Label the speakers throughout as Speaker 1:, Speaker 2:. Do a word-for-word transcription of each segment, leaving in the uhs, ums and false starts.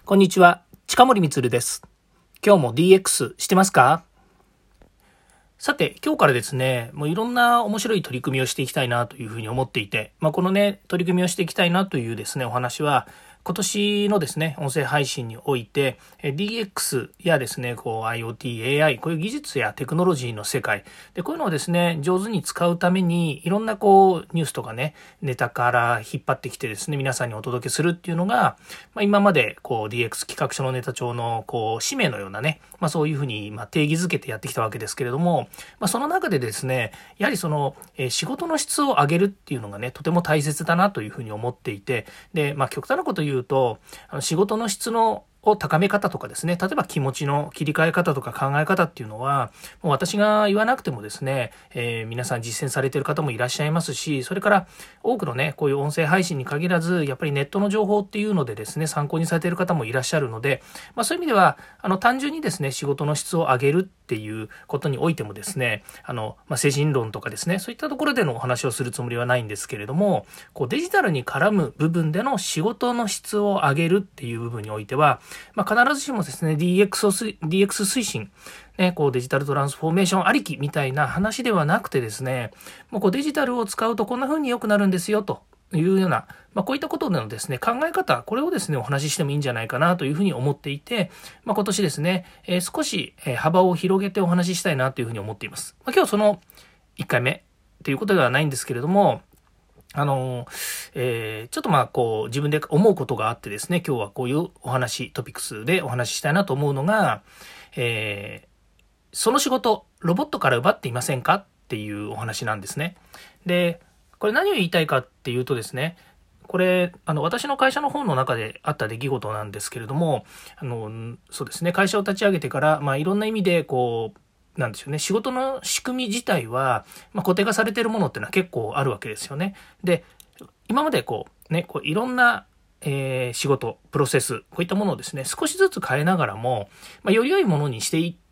Speaker 1: こんにちは、近森光です。今日も ディーエックス してますか？さて、今日からですね、もういろんな面白い取り組みをしていきたいなというふうに思っていて、まあ、このね、取り組みをしていきたいなというですね、お話は、今年のですね、音声配信において、ディーエックス やですね、こう IoT、エーアイ、こういう技術やテクノロジーの世界、で、こういうのをですね、上手に使うために、いろんなこう、ニュースとかね、ネタから引っ張ってきてですね、皆さんにお届けするっていうのが、まあ、今までこう ディーエックス 企画書のネタ帳のこう、使命のようなね、まあ、そういうふうにまあ定義づけてやってきたわけですけれども、まあ、その中でですね、やはりその、えー仕事の質を上げるっていうのがね、とても大切だなというふうに思っていて、で、まあ、極端なこと言うと、あの仕事の質のを高め方とかですね、例えば気持ちの切り替え方とか考え方っていうのは、もう私が言わなくてもですね、えー皆さん実践されている方もいらっしゃいますし、それから多くのね、こういう音声配信に限らず、やっぱりネットの情報っていうのでですね、参考にされている方もいらっしゃるので、まあそういう意味では、あの単純にですね、仕事の質を上げるっていうことにおいてもですね、あの、まあ、精神論とかですね、そういったところでのお話をするつもりはないんですけれども、こうデジタルに絡む部分での仕事の質を上げるっていう部分においては、まあ、必ずしもですね、ディーエックス をす、ディーエックス 推進、ね、こうデジタルトランスフォーメーションありきみたいな話ではなくてですね、もうこうデジタルを使うとこんな風に良くなるんですよというような、まあ、こういったことでのですね、考え方、これをですね、お話ししてもいいんじゃないかなというふうに思っていて、まあ、今年ですね、えー少しえー幅を広げてお話ししたいなというふうに思っています。まあ、今日そのいっかいめということではないんですけれども、あの、えーちょっとまあこう自分で思うことがあってですね、今日はこういうお話、トピックスでお話ししたいなと思うのが、えーその仕事、ロボットから奪っていませんかっていうお話なんですね。で、これ何を言いたいかっていうとですね、これ、あの、私の会社の方の中であった出来事なんですけれども、あの、そうですね、会社を立ち上げてから、まあいろんな意味でこう、なんでしょうね、仕事の仕組み自体は、まあ、固定化されているものっていうのは結構あるわけですよね。で、今までこう、ね、こういろんな、えー仕事、プロセス、こういったものをですね、少しずつ変えながらも、まあ、より良いものにしていった、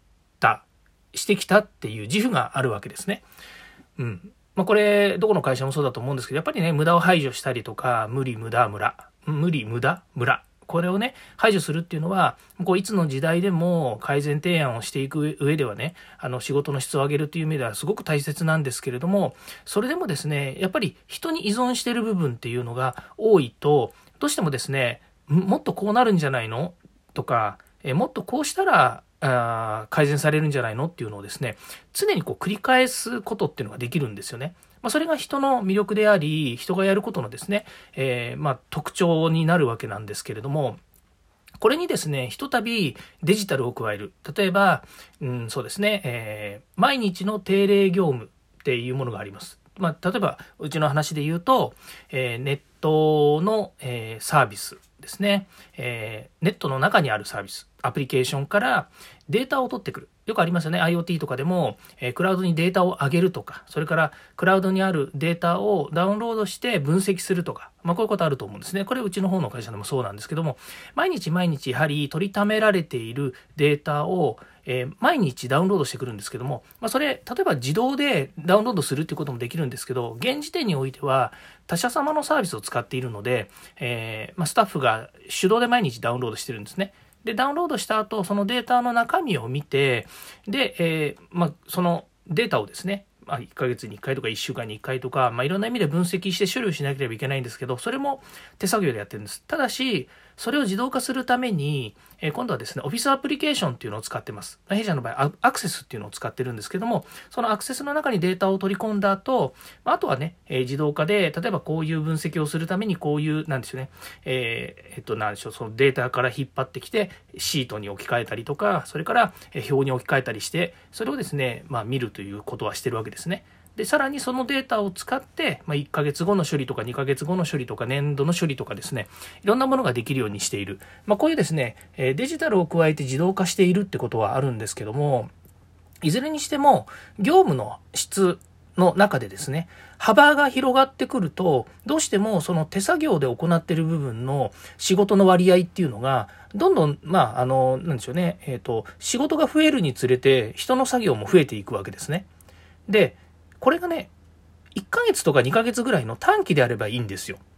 Speaker 1: してきたっていう自負があるわけですね。うん。まあ、これ、どこの会社もそうだと思うんですけど、やっぱりね、無駄を排除したりとか、無理、無駄、無駄、無理、無駄、無駄。これをね、排除するっていうのは、こういつの時代でも改善提案をしていく上ではね、あの仕事の質を上げるという意味ではすごく大切なんですけれども、それでもですね、やっぱり人に依存している部分っていうのが多いと、どうしてもですね、もっとこうなるんじゃないのとか、えもっとこうしたら、あー改善されるんじゃないのっていうのをですね、常にこう繰り返すことっていうのができるんですよね。まあ、それが人の魅力であり、人がやることのですね、えーまあ特徴になるわけなんですけれども、これにですね、ひとたびデジタルを加える。例えば、うん、そうですね、えー毎日の定例業務っていうものがあります。まあ、例えば、うちの話で言うと、えーネットの、えーサービスですね、えーネットの中にあるサービス、アプリケーションからデータを取ってくる。よくありますよね。IoT とかでも、えークラウドにデータを上げるとか、それからクラウドにあるデータをダウンロードして分析するとか、まあ、こういうことあると思うんですね。これうちの方の会社でもそうなんですけども、毎日毎日やはり取りためられているデータを、えー毎日ダウンロードしてくるんですけども、まあ、それ、例えば自動でダウンロードするっていうこともできるんですけど、現時点においては他社様のサービスを使っているので、えーまあ、スタッフが手動で毎日ダウンロードしてるんですね。で、ダウンロードした後、そのデータの中身を見て、で、えーまあ、そのデータをですね、まあ、いっかげつにいっかいとかいっしゅうかんにいっかいとか、まあ、いろんな意味で分析して処理をしなければいけないんですけど、それも手作業でやってるんです。ただし、それを自動化するために、えー今度はですね、オフィスアプリケーションっていうのを使ってます。弊社の場合、アアクセスっていうのを使ってるんですけども、そのアクセスの中にデータを取り込んだ後、まああとはね、えー自動化で、例えばこういう分析をするために、こういう、なんでしょうね、えーえっと、なんでしょう、そのデータから引っ張ってきて、シートに置き換えたりとか、それからえー表に置き換えたりして、それをですね、まあ見るということはしてるわけですね。で、さらにそのデータを使って、まあ、いっかげつごの処理とかにかげつごの処理とか年度の処理とかですね、いろんなものができるようにしている。まあ、こういうですね、えーデジタルを加えて自動化しているってことはあるんですけども、いずれにしても業務の質の中でですね、幅が広がってくると、どうしてもその手作業で行っている部分の仕事の割合っていうのが、どんどん、まあ、あの、なんでしょうね、えっと、仕事が増えるにつれて人の作業も増えていくわけですね。で、これがね、いっかげつとかにかげつぐらいの短期であればいいんですよ。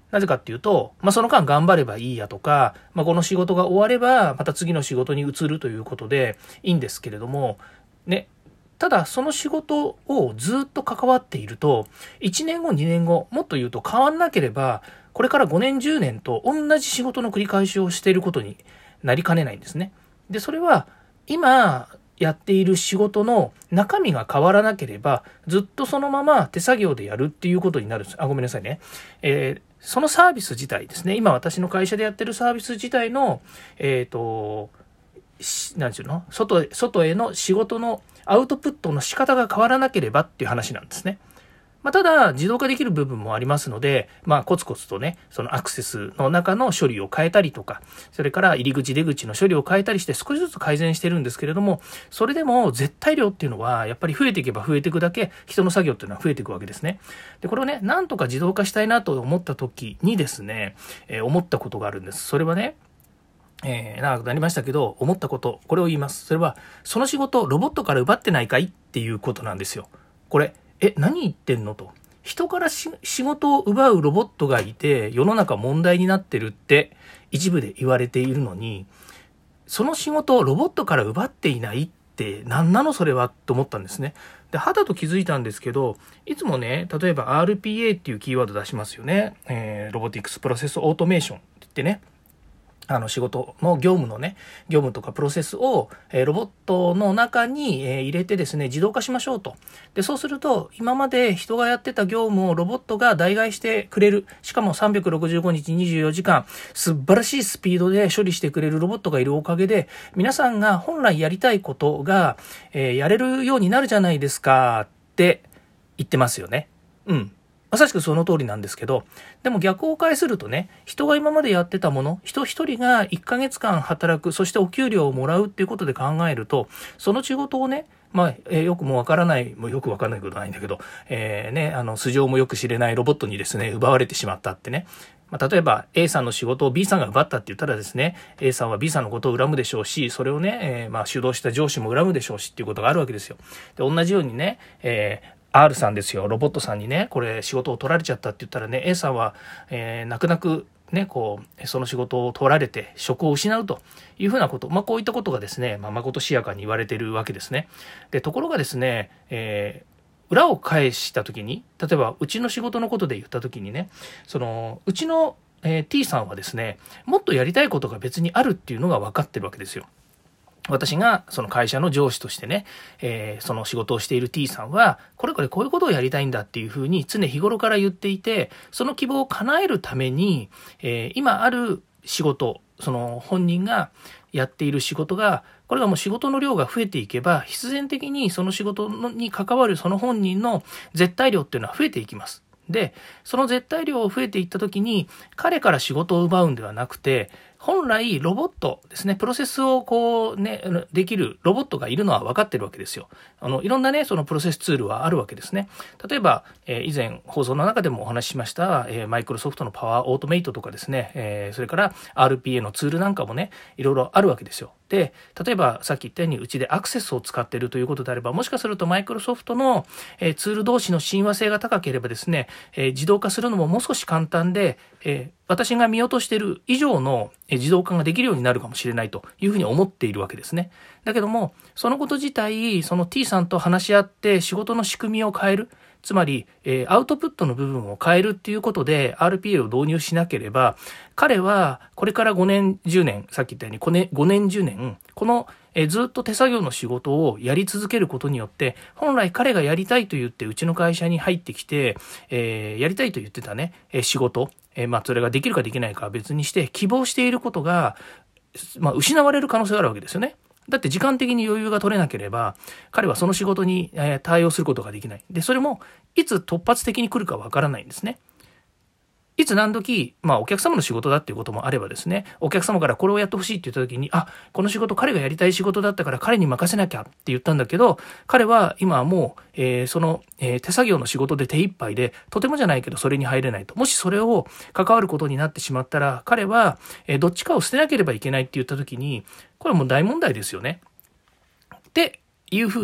Speaker 1: なぜかっていうと、まあ、その間頑張ればいいやとか、まあ、この仕事が終わればまた次の仕事に移るということでいいんですけれども、ね、ただその仕事をずっと関わっていると、いちねんご、にねんご、もっと言うと変わんなければ、これからごねん、じゅうねんと同じ仕事の繰り返しをしていることになりかねないんですね。で、それは今やっている仕事の中身が変わらなければ、ずっとそのまま手作業でやるっていうことになるんです。あ、ごめんなさいね。えー、そのサービス自体ですね、今私の会社でやってるサービス自体の、えっと、なんていうの？外へ、外への仕事のアウトプットの仕方が変わらなければっていう話なんですね。まあ、ただ、自動化できる部分もありますので、まあ、コツコツとね、そのアクセスの中の処理を変えたりとか、それから入り口出口の処理を変えたりして少しずつ改善してるんですけれども、それでも絶対量っていうのは、やっぱり増えていけば増えていくだけ、人の作業っていうのは増えていくわけですね。で、これをね、なんとか自動化したいなと思った時にですね、えー、思ったことがあるんです。それはね、えー、長くなりましたけど、思ったこと、これを言います。それは、その仕事をロボットから奪ってないかいっていうことなんですよ。これ、え、何言ってんのと。人から仕事を奪うロボットがいて、世の中問題になってるって一部で言われているのに、その仕事をロボットから奪っていないって何なのそれはと思ったんですね。で、はたと気づいたんですけど、いつもね、例えば アールピーエー っていうキーワード出しますよね。えー、ロボティクスプロセスオートメーションって言ってね。あの仕事の業務のね、業務とかプロセスを、えー、ロボットの中に、えー、入れてですね、自動化しましょうと。で、そうすると、今まで人がやってた業務をロボットが代替してくれる。しかもさんびゃくろくじゅうごにちにじゅうよじかん、素晴らしいスピードで処理してくれるロボットがいるおかげで、皆さんが本来やりたいことが、えー、やれるようになるじゃないですかって言ってますよね。うん。まさしくその通りなんですけど、でも逆を返するとね、人が今までやってたもの、人一人がいっかげつかん働く、そしてお給料をもらうっていうことで考えると、その仕事をね、まあ、えー、よくもわからない、もうよくわからないことないんだけど、えー、ね、あの、素性もよく知れないロボットにですね、奪われてしまったってね。まあ、例えば A さんの仕事を B さんが奪ったって言ったらですね、A さんは B さんのことを恨むでしょうし、それをね、えー、まあ主導した上司も恨むでしょうしっていうことがあるわけですよ。で、同じようにね、えーR さんですよ、ロボットさんにね、これ仕事を取られちゃったって言ったらね、A さんは、えー、泣く泣くね、こう、その仕事を取られて職を失うというふうなこと、まあこういったことがですね、まあ誠しやかに言われているわけですね。で、ところがですね、えー、裏を返したときに、例えばうちの仕事のことで言ったときにね、その、うちの、えー、T さんはですね、もっとやりたいことが別にあるっていうのが分かってるわけですよ。私がその会社の上司としてね、えー、その仕事をしている T さんは、これこれこういうことをやりたいんだっていうふうに常日頃から言っていて、その希望を叶えるために、えー、今ある仕事、その本人がやっている仕事が、これがもう仕事の量が増えていけば、必然的にその仕事に関わるその本人の絶対量っていうのは増えていきます。で、その絶対量を増えていったときに、彼から仕事を奪うんではなくて、本来ロボットですね、プロセスをこうね、できるロボットがいるのは分かってるわけですよ。あの、いろんなね、そのプロセスツールはあるわけですね。例えば、えー、以前放送の中でもお話ししました、えー、マイクロソフトのパワーオートメイトとかですね、えー、それから アールピーエー のツールなんかもね、いろいろあるわけですよ。で、例えばさっき言ったようにうちでアクセスを使っているということであれば、もしかするとマイクロソフトの、えー、ツール同士の親和性が高ければですね、えー、自動化するのももう少し簡単で、えー私が見落としている以上の自動化ができるようになるかもしれないというふうに思っているわけですね。だけども、そのこと自体、その T さんと話し合って仕事の仕組みを変える。つまり、えー、アウトプットの部分を変えるっていうことで アールピーエー を導入しなければ、彼はこれからごねん、じゅうねん、さっき言ったようにごねん、ごねんじゅうねん、このえー、ずっと手作業の仕事をやり続けることによって、本来彼がやりたいと言ってうちの会社に入ってきて、えー、やりたいと言ってたね、えー、仕事、えー、まあそれができるかできないかは別にして希望していることが、まあ、失われる可能性があるわけですよね。だって時間的に余裕が取れなければ、彼はその仕事に対応することができない。で、それもいつ突発的に来るかわからないんですね。いつ何時、まあお客様の仕事だっていうこともあればですね、お客様からこれをやってほしいって言った時に、あ、この仕事彼がやりたい仕事だったから彼に任せなきゃって言ったんだけど、彼は今はもう、えー、その、えー、手作業の仕事で手一杯で、とてもじゃないけどそれに入れないと。もしそれを関わることになってしまったら、彼は、えー、どっちかを捨てなければいけないって言った時に、これはもう大問題ですよね。っていうふうに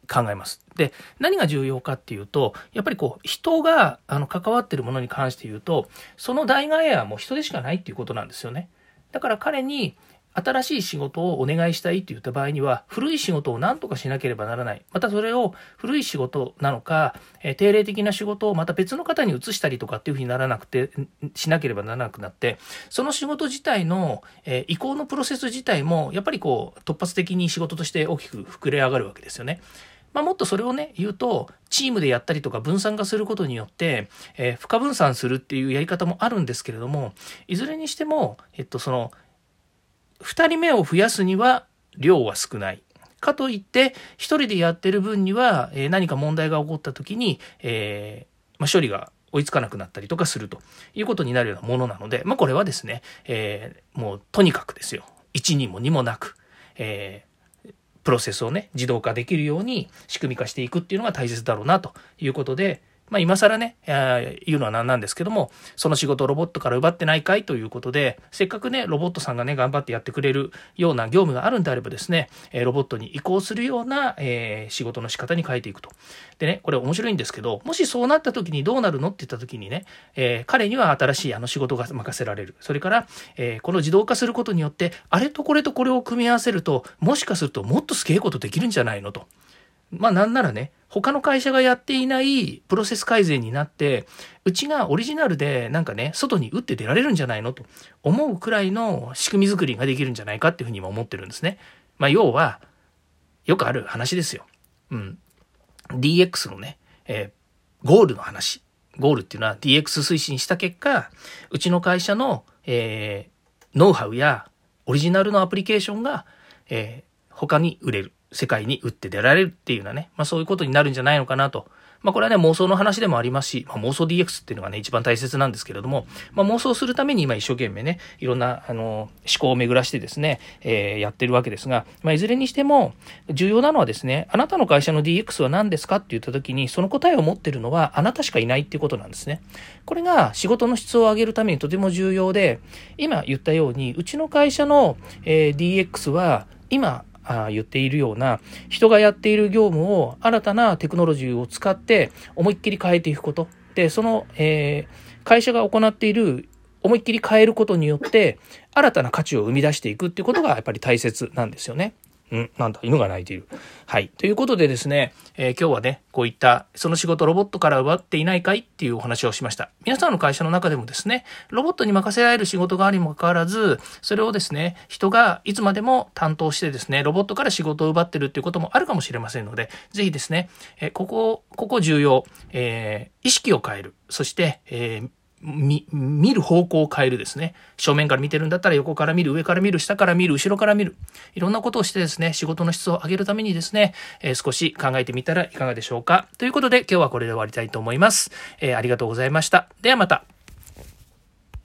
Speaker 1: 考えます。で、何が重要かっていうと、やっぱりこう、人があの関わっているものに関して言うと、その代替えはもう人でしかないっていうことなんですよね。だから彼に新しい仕事をお願いしたいって言った場合には、古い仕事を何とかしなければならない。またそれを古い仕事なのか、えー、定例的な仕事をまた別の方に移したりとかっていうふうにならなくて、しなければならなくなって、その仕事自体の、えー、移行のプロセス自体も、やっぱりこう、突発的に仕事として大きく膨れ上がるわけですよね。まあ、もっとそれをね、言うと、チームでやったりとか分散化することによって、えー、負荷分散するっていうやり方もあるんですけれども、いずれにしても、えっと、その、二人目を増やすには量は少ない。かといって、一人でやってる分には、えー、何か問題が起こった時に、えーまあ、処理が追いつかなくなったりとかするということになるようなものなので、まあ、これはですね、えー、もうとにかくですよ。いちにもにもなく、えー、プロセスをね、自動化できるように仕組み化していくっていうのが大切だろうなということで、まあ今更ね、言うのは何なんですけども、その仕事をロボットから奪ってないかいということで、せっかくね、ロボットさんがね、頑張ってやってくれるような業務があるんであればですね、ロボットに移行するような、えー、仕事の仕方に変えていくと。でね、これ面白いんですけど、もしそうなった時にどうなるのって言った時にね、えー、彼には新しいあの仕事が任せられる。それから、えー、この自動化することによって、あれとこれとこれを組み合わせると、もしかするともっとすげえことできるんじゃないのと。まあなんならね、他の会社がやっていないプロセス改善になって、うちがオリジナルでなんかね、外に打って出られるんじゃないのと思うくらいの仕組み作りができるんじゃないかっていうふうにも思ってるんですね。まあ要は、よくある話ですよ。うん。ディーエックス のね、えー、ゴールの話。ゴールっていうのは ディーエックス 推進した結果、うちの会社の、えー、ノウハウやオリジナルのアプリケーションが、えー、他に売れる。世界に打って出られるっていうようなね、まあそういうことになるんじゃないのかなと。まあこれはね、妄想の話でもありますし、まあ、妄想 ディーエックス っていうのがね、一番大切なんですけれども、まあ妄想するために今一生懸命ね、いろんな、あの、思考を巡らしてですね、えー、やってるわけですが、まあいずれにしても、重要なのはですね、あなたの会社の ディーエックス は何ですかって言った時に、その答えを持ってるのはあなたしかいないっていうことなんですね。これが仕事の質を上げるためにとても重要で、今言ったように、うちの会社の、えー、ディーエックス は、今、あ言っているような人がやっている業務を新たなテクノロジーを使って思いっきり変えていくことで、その、えー、会社が行っている思いっきり変えることによって新たな価値を生み出していくっていうことがやっぱり大切なんですよね。うん、なんだ、犬が鳴いている。はい。ということでですね、えー、今日はね、こういった、その仕事ロボットから奪っていないかいっていうお話をしました。皆さんの会社の中でもですね、ロボットに任せられる仕事があるにもかかわらず、それをですね、人がいつまでも担当してですね、ロボットから仕事を奪ってるっていうこともあるかもしれませんので、ぜひですね、えー、ここ、ここ重要、えー、意識を変える。そして、えー見、見る方向を変えるですね。正面から見てるんだったら横から見る、上から見る、下から見る、後ろから見る。いろんなことをしてですね、仕事の質を上げるためにですね、えー、少し考えてみたらいかがでしょうか。ということで今日はこれで終わりたいと思います。えー、ありがとうございました。ではまた。